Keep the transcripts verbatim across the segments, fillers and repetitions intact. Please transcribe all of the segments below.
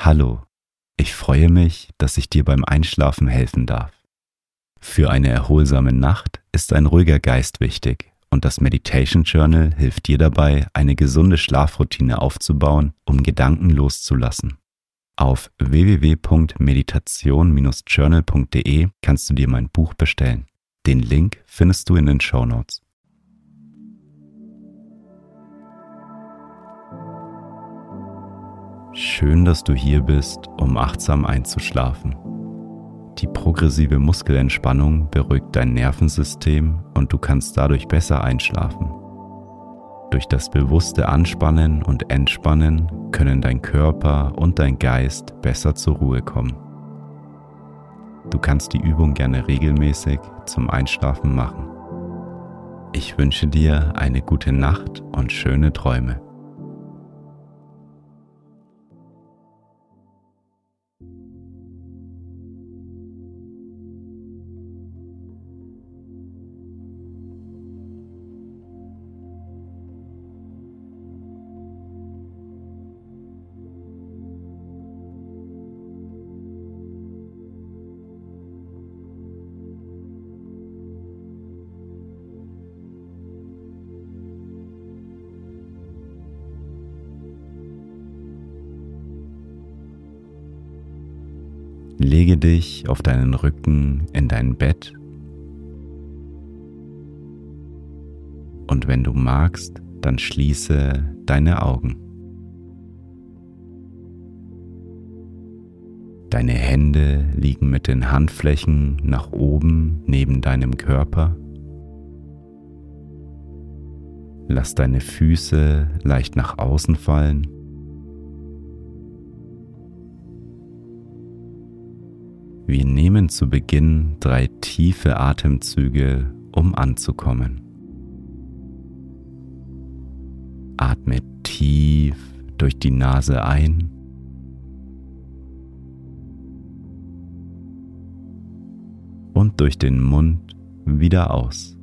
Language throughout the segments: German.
Hallo, ich freue mich, dass ich dir beim Einschlafen helfen darf. Für eine erholsame Nacht ist ein ruhiger Geist wichtig und das Meditation Journal hilft dir dabei, eine gesunde Schlafroutine aufzubauen, um Gedanken loszulassen. Auf w w w punkt meditation Bindestrich journal punkt d e kannst du dir mein Buch bestellen. Den Link findest du in den Shownotes. Schön, dass du hier bist, um achtsam einzuschlafen. Die progressive Muskelentspannung beruhigt dein Nervensystem und du kannst dadurch besser einschlafen. Durch das bewusste Anspannen und Entspannen können dein Körper und dein Geist besser zur Ruhe kommen. Du kannst die Übung gerne regelmäßig zum Einschlafen machen. Ich wünsche dir eine gute Nacht und schöne Träume. Lege dich auf deinen Rücken in dein Bett und wenn du magst, dann schließe deine Augen. Deine Hände liegen mit den Handflächen nach oben neben deinem Körper. Lass deine Füße leicht nach außen fallen. Wir nehmen zu Beginn drei tiefe Atemzüge, um anzukommen. Atme tief durch die Nase ein und durch den Mund wieder aus.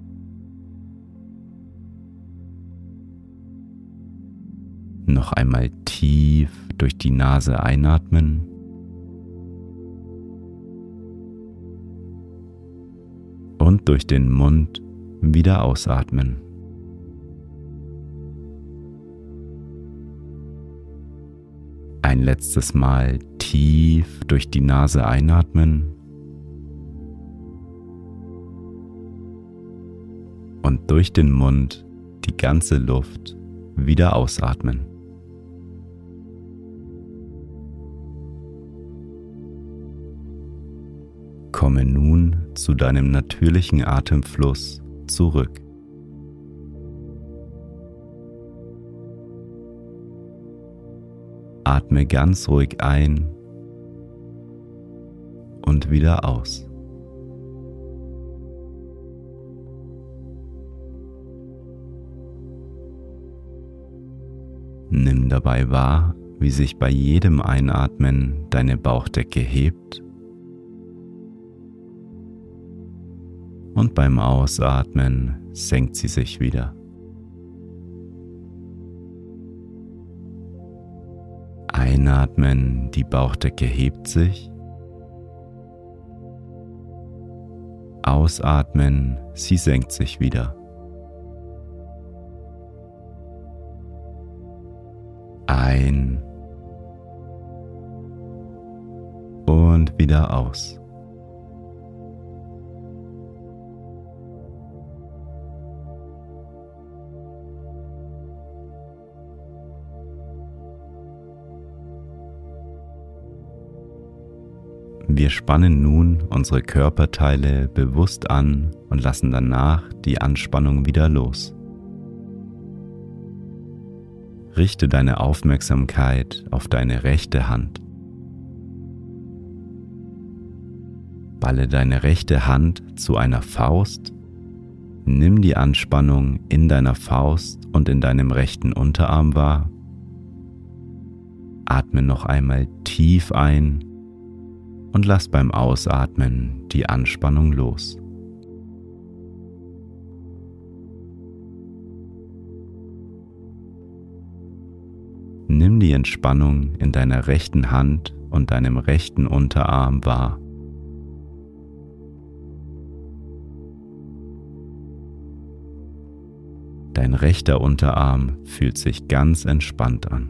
Noch einmal tief durch die Nase einatmen. Und durch den Mund wieder ausatmen. Ein letztes Mal tief durch die Nase einatmen und durch den Mund die ganze Luft wieder ausatmen. Komme nun zu deinem natürlichen Atemfluss zurück. Atme ganz ruhig ein und wieder aus. Nimm dabei wahr, wie sich bei jedem Einatmen deine Bauchdecke hebt und beim Ausatmen senkt sie sich wieder. Einatmen, die Bauchdecke hebt sich. Ausatmen, sie senkt sich wieder. Ein und wieder aus. Wir spannen nun unsere Körperteile bewusst an und lassen danach die Anspannung wieder los. Richte deine Aufmerksamkeit auf deine rechte Hand. Balle deine rechte Hand zu einer Faust. Nimm die Anspannung in deiner Faust und in deinem rechten Unterarm wahr. Atme noch einmal tief ein und lass beim Ausatmen die Anspannung los. Nimm die Entspannung in deiner rechten Hand und deinem rechten Unterarm wahr. Dein rechter Unterarm fühlt sich ganz entspannt an.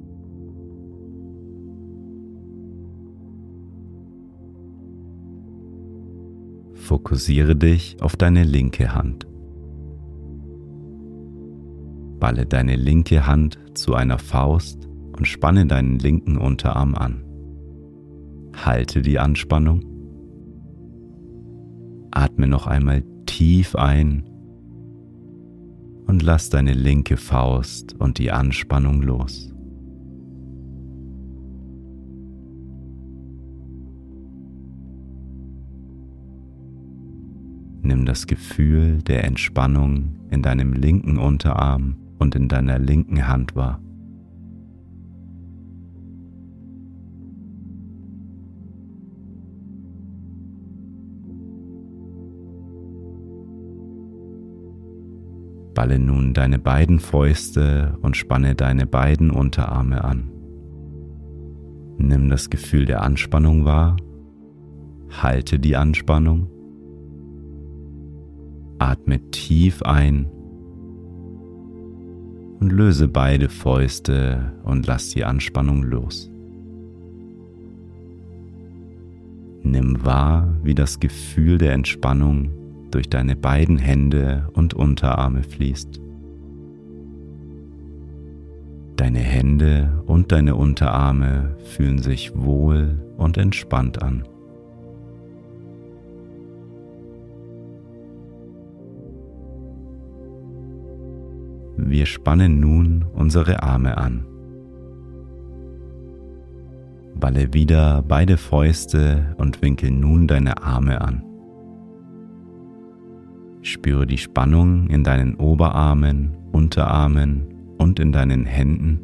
Fokussiere dich auf deine linke Hand. Balle deine linke Hand zu einer Faust und spanne deinen linken Unterarm an. Halte die Anspannung. Atme noch einmal tief ein und lass deine linke Faust und die Anspannung los. Nimm das Gefühl der Entspannung in deinem linken Unterarm und in deiner linken Hand wahr. Balle nun deine beiden Fäuste und spanne deine beiden Unterarme an. Nimm das Gefühl der Anspannung wahr, halte die Anspannung, atme tief ein und löse beide Fäuste und lass die Anspannung los. Nimm wahr, wie das Gefühl der Entspannung durch deine beiden Hände und Unterarme fließt. Deine Hände und deine Unterarme fühlen sich wohl und entspannt an. Wir spannen nun unsere Arme an. Balle wieder beide Fäuste und winkel nun deine Arme an. Spüre die Spannung in deinen Oberarmen, Unterarmen und in deinen Händen.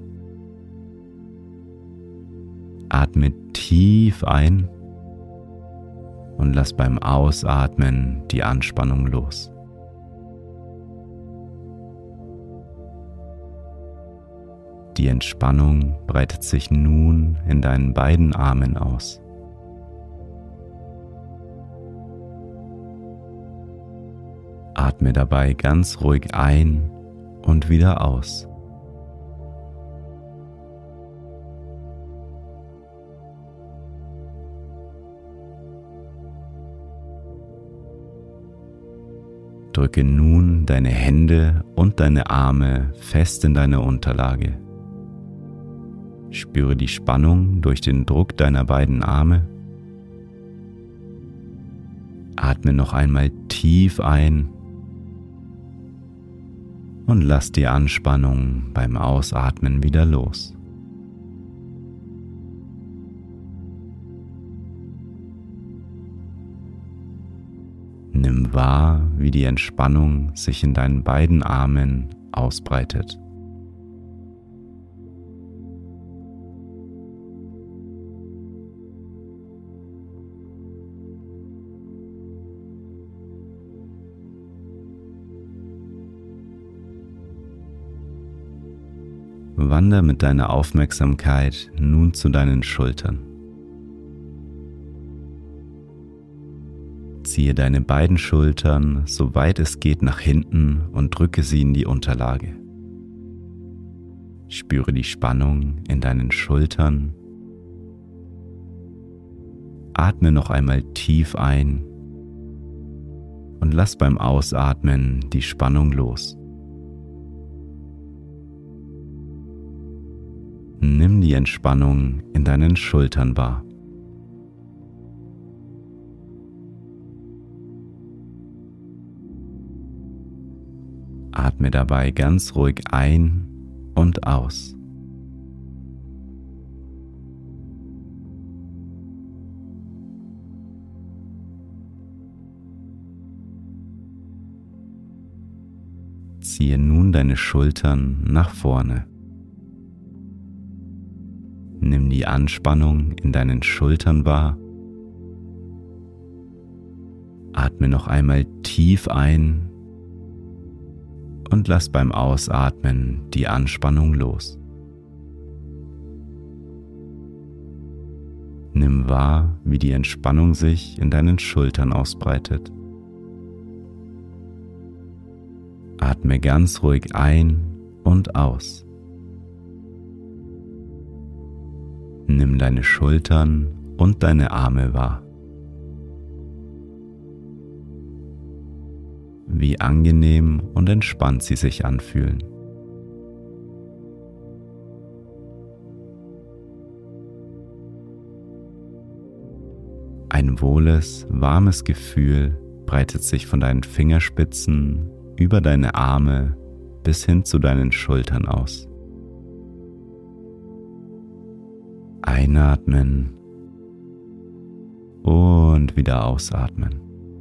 Atme tief ein und lass beim Ausatmen die Anspannung los. Die Entspannung breitet sich nun in deinen beiden Armen aus. Atme dabei ganz ruhig ein und wieder aus. Drücke nun deine Hände und deine Arme fest in deine Unterlage. Spüre die Spannung durch den Druck deiner beiden Arme. Atme noch einmal tief ein und lass die Anspannung beim Ausatmen wieder los. Nimm wahr, wie die Entspannung sich in deinen beiden Armen ausbreitet. Wander mit deiner Aufmerksamkeit nun zu deinen Schultern. Ziehe deine beiden Schultern, soweit es geht, nach hinten und drücke sie in die Unterlage. Spüre die Spannung in deinen Schultern. Atme noch einmal tief ein und lass beim Ausatmen die Spannung los. Nimm die Entspannung in deinen Schultern wahr. Atme dabei ganz ruhig ein und aus. Ziehe nun deine Schultern nach vorne. Nimm die Anspannung in deinen Schultern wahr. Atme noch einmal tief ein und lass beim Ausatmen die Anspannung los. Nimm wahr, wie die Entspannung sich in deinen Schultern ausbreitet. Atme ganz ruhig ein und aus. Nimm deine Schultern und deine Arme wahr. Wie angenehm und entspannt sie sich anfühlen. Ein wohles, warmes Gefühl breitet sich von deinen Fingerspitzen über deine Arme bis hin zu deinen Schultern aus. Einatmen und wieder ausatmen.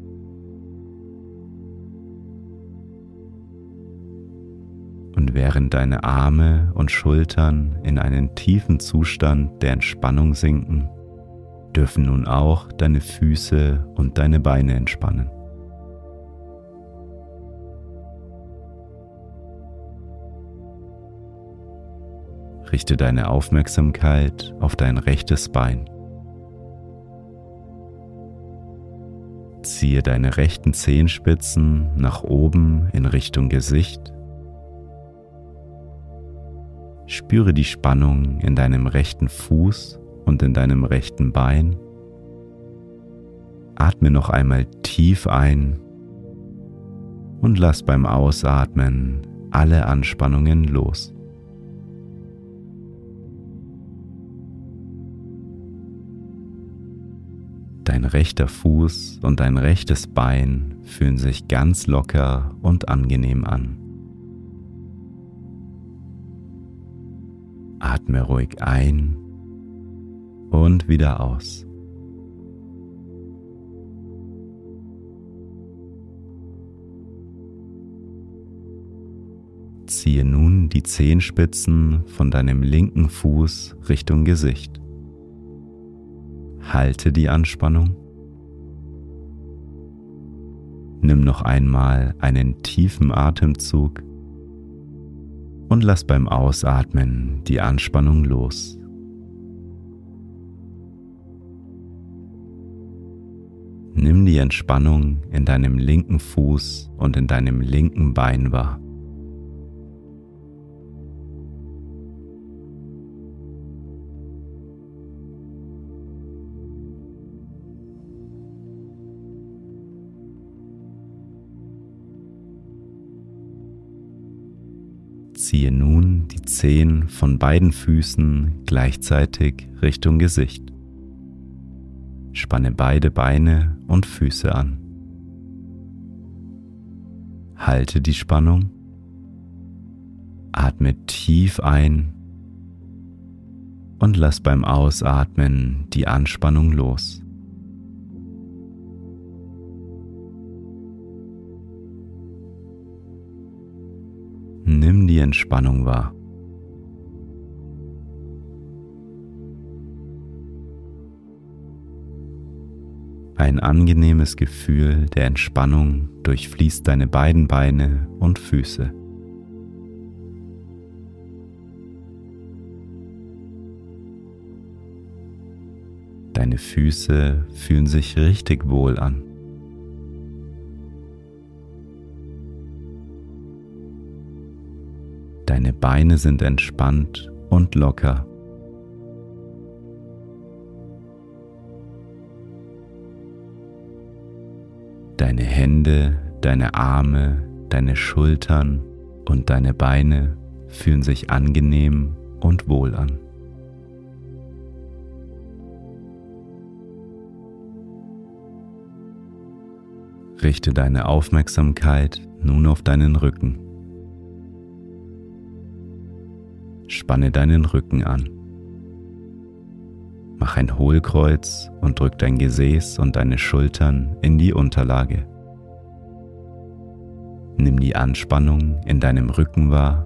Und während deine Arme und Schultern in einen tiefen Zustand der Entspannung sinken, dürfen nun auch deine Füße und deine Beine entspannen. Richte deine Aufmerksamkeit auf dein rechtes Bein. Ziehe deine rechten Zehenspitzen nach oben in Richtung Gesicht. Spüre die Spannung in deinem rechten Fuß und in deinem rechten Bein. Atme noch einmal tief ein und lass beim Ausatmen alle Anspannungen los. Dein rechter Fuß und dein rechtes Bein fühlen sich ganz locker und angenehm an. Atme ruhig ein und wieder aus. Ziehe nun die Zehenspitzen von deinem linken Fuß Richtung Gesicht. Halte die Anspannung. Nimm noch einmal einen tiefen Atemzug und lass beim Ausatmen die Anspannung los. Nimm die Entspannung in deinem linken Fuß und in deinem linken Bein wahr. Ziehe nun die Zehen von beiden Füßen gleichzeitig Richtung Gesicht. Spanne beide Beine und Füße an. Halte die Spannung. Atme tief ein und lass beim Ausatmen die Anspannung los. Nimm die Entspannung wahr. Ein angenehmes Gefühl der Entspannung durchfließt deine beiden Beine und Füße. Deine Füße fühlen sich richtig wohl an. Deine Beine sind entspannt und locker. Deine Hände, deine Arme, deine Schultern und deine Beine fühlen sich angenehm und wohl an. Richte deine Aufmerksamkeit nun auf deinen Rücken. Spanne deinen Rücken an. Mach ein Hohlkreuz und drück dein Gesäß und deine Schultern in die Unterlage. Nimm die Anspannung in deinem Rücken wahr.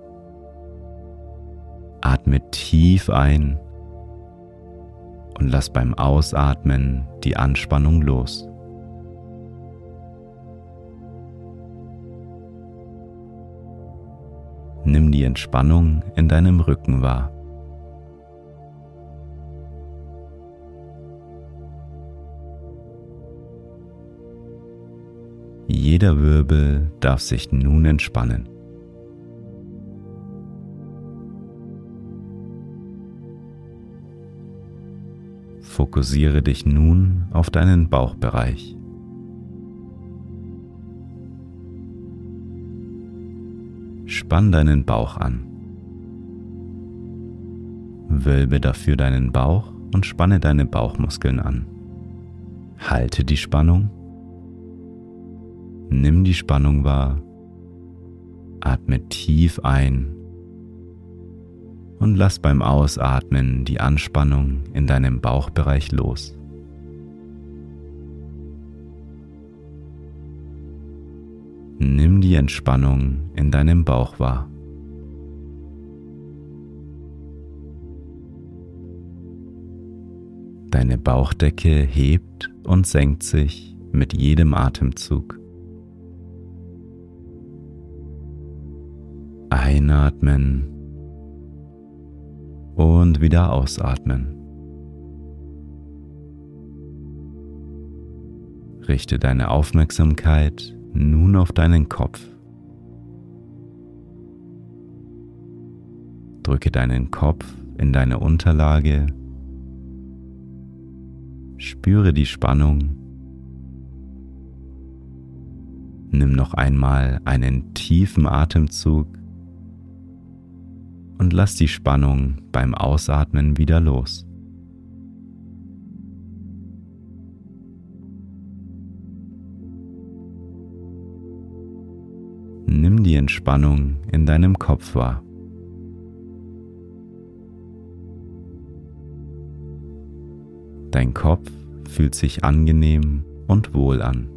Atme tief ein und lass beim Ausatmen die Anspannung los. Nimm die Entspannung in deinem Rücken wahr. Jeder Wirbel darf sich nun entspannen. Fokussiere dich nun auf deinen Bauchbereich. Spann deinen Bauch an. Wölbe dafür deinen Bauch und spanne deine Bauchmuskeln an. Halte die Spannung. Nimm die Spannung wahr. Atme tief ein und lass beim Ausatmen die Anspannung in deinem Bauchbereich los. Nimm die Entspannung in deinem Bauch wahr. Deine Bauchdecke hebt und senkt sich mit jedem Atemzug. Einatmen und wieder ausatmen. Richte deine Aufmerksamkeit nun auf deinen Kopf. Drücke deinen Kopf in deine Unterlage. Spüre die Spannung. Nimm noch einmal einen tiefen Atemzug und lass die Spannung beim Ausatmen wieder los. Nimm die Entspannung in deinem Kopf wahr. Dein Kopf fühlt sich angenehm und wohl an.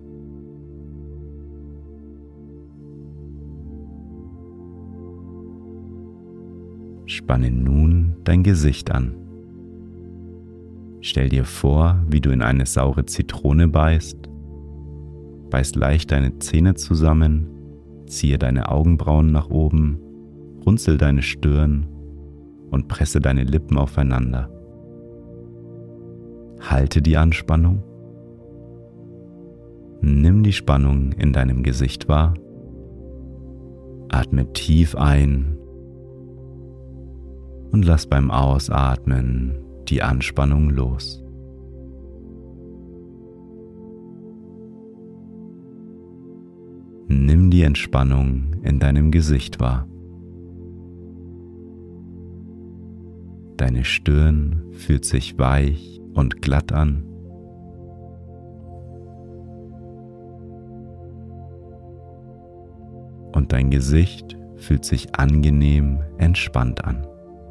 Spanne nun dein Gesicht an. Stell dir vor, wie du in eine saure Zitrone beißt. Beiß leicht deine Zähne zusammen, ziehe deine Augenbrauen nach oben, runzel deine Stirn und presse deine Lippen aufeinander. Halte die Anspannung. Nimm die Spannung in deinem Gesicht wahr. Atme tief ein und lass beim Ausatmen die Anspannung los. Nimm die Entspannung in deinem Gesicht wahr. Deine Stirn fühlt sich weich und glatt an. Und dein Gesicht fühlt sich angenehm entspannt an.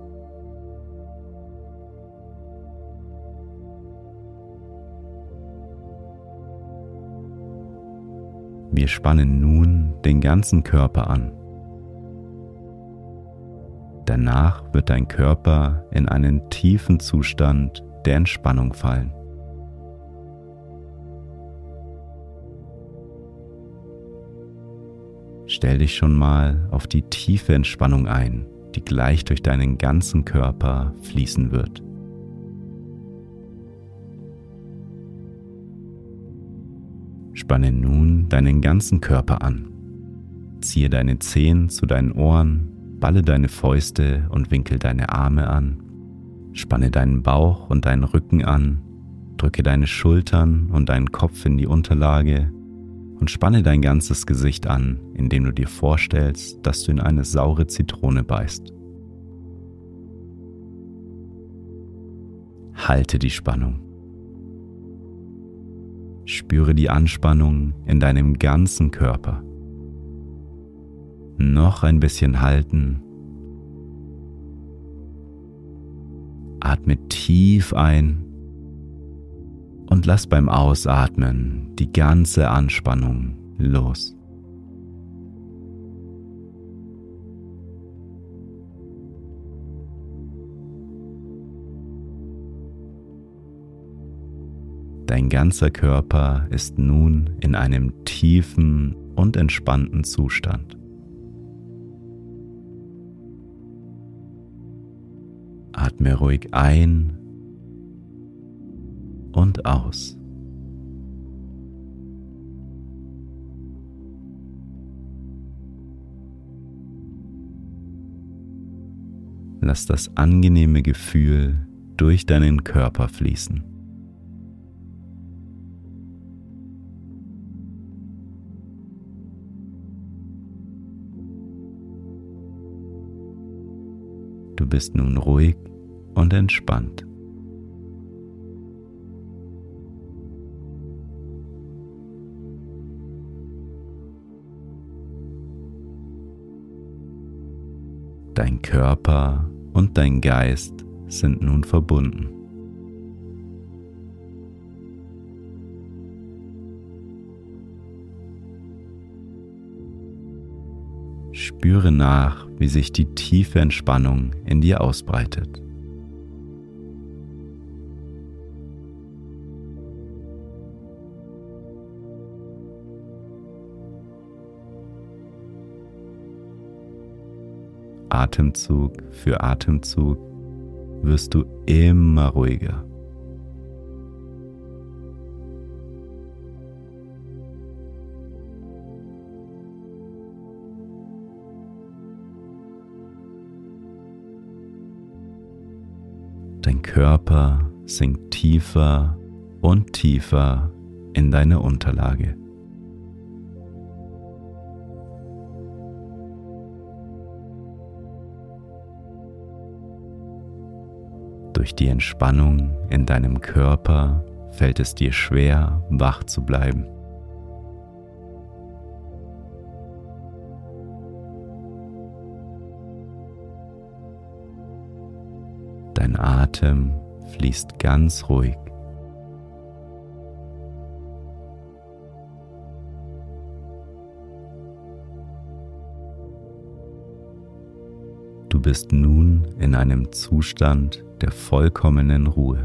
Wir spannen nun den ganzen Körper an. Danach wird dein Körper in einen tiefen Zustand der Entspannung fallen. Stell dich schon mal auf die tiefe Entspannung ein, die gleich durch deinen ganzen Körper fließen wird. Spanne nun deinen ganzen Körper an. Ziehe deine Zehen zu deinen Ohren, balle deine Fäuste und winkel deine Arme an. Spanne deinen Bauch und deinen Rücken an, drücke deine Schultern und deinen Kopf in die Unterlage und spanne dein ganzes Gesicht an, indem du dir vorstellst, dass du in eine saure Zitrone beißt. Halte die Spannung. Spüre die Anspannung in deinem ganzen Körper. Noch ein bisschen halten. Atme tief ein und lass beim Ausatmen die ganze Anspannung los. Dein ganzer Körper ist nun in einem tiefen und entspannten Zustand. Atme ruhig ein und aus. Lass das angenehme Gefühl durch deinen Körper fließen. Du bist nun ruhig und entspannt. Dein Körper und dein Geist sind nun verbunden. Spüre nach, wie sich die tiefe Entspannung in dir ausbreitet. Atemzug für Atemzug wirst du immer ruhiger. Dein Körper sinkt tiefer und tiefer in deine Unterlage. Durch die Entspannung in deinem Körper fällt es dir schwer, wach zu bleiben. Dein Atem fließt ganz ruhig. Du bist nun in einem Zustand der vollkommenen Ruhe.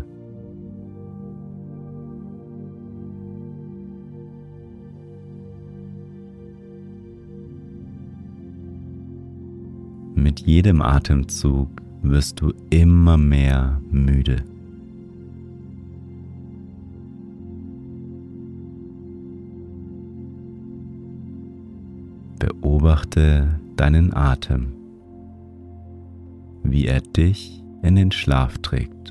Mit jedem Atemzug wirst du immer mehr müde. Beobachte deinen Atem, wie er dich in den Schlaf trägt.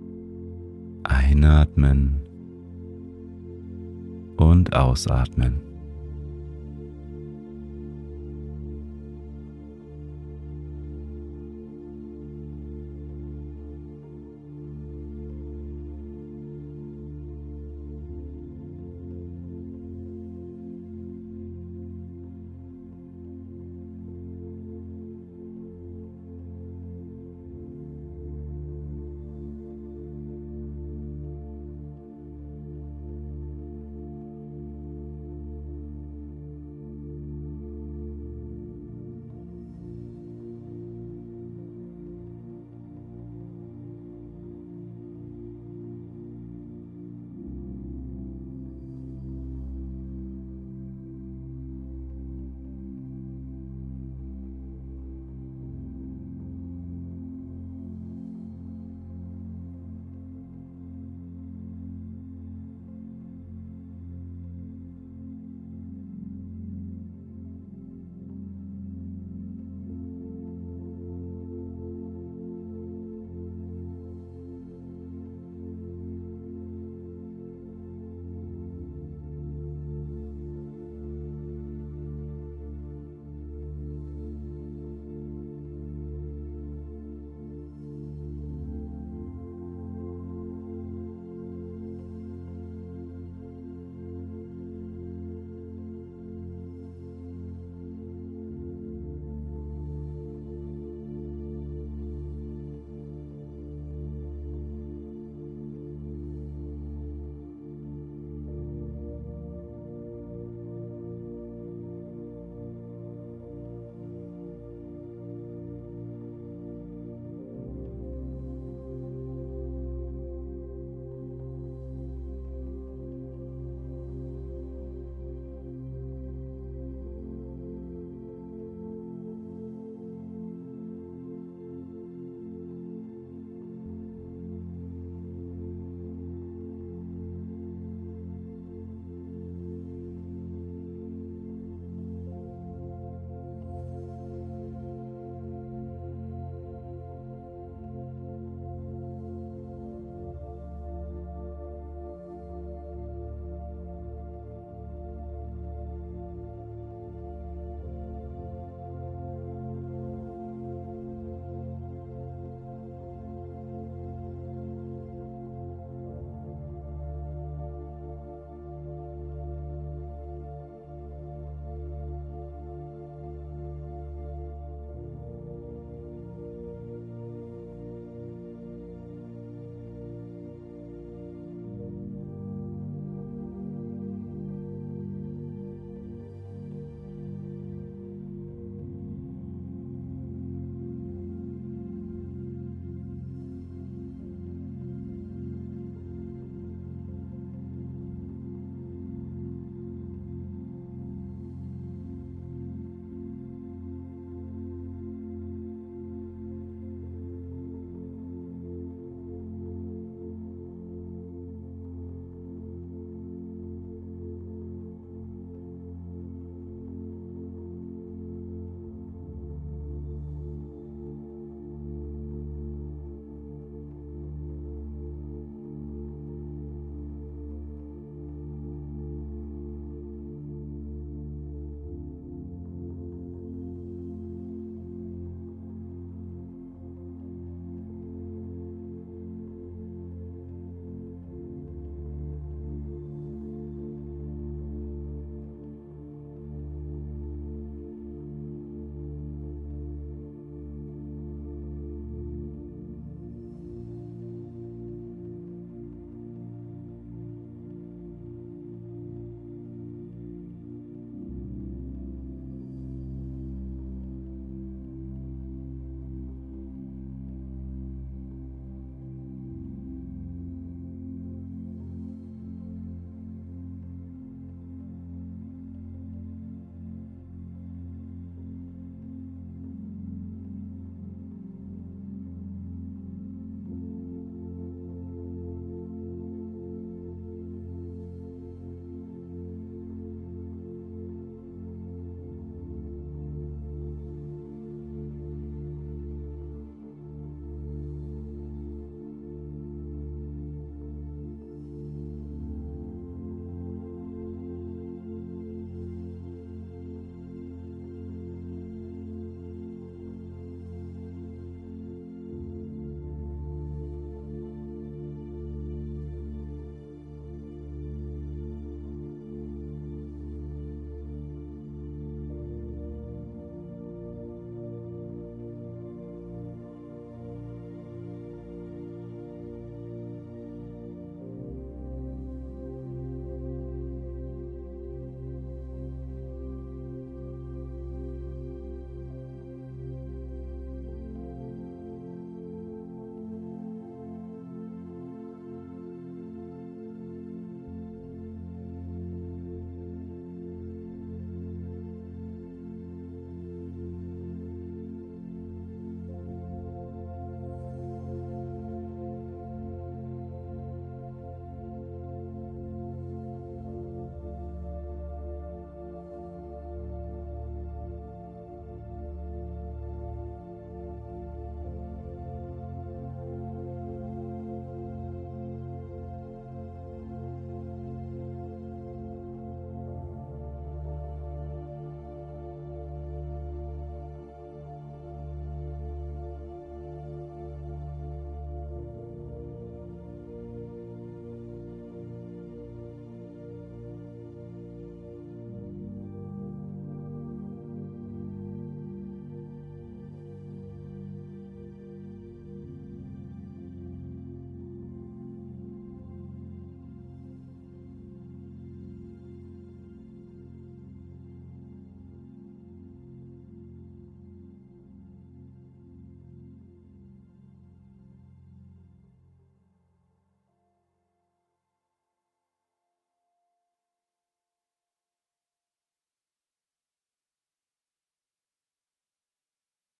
Einatmen und ausatmen.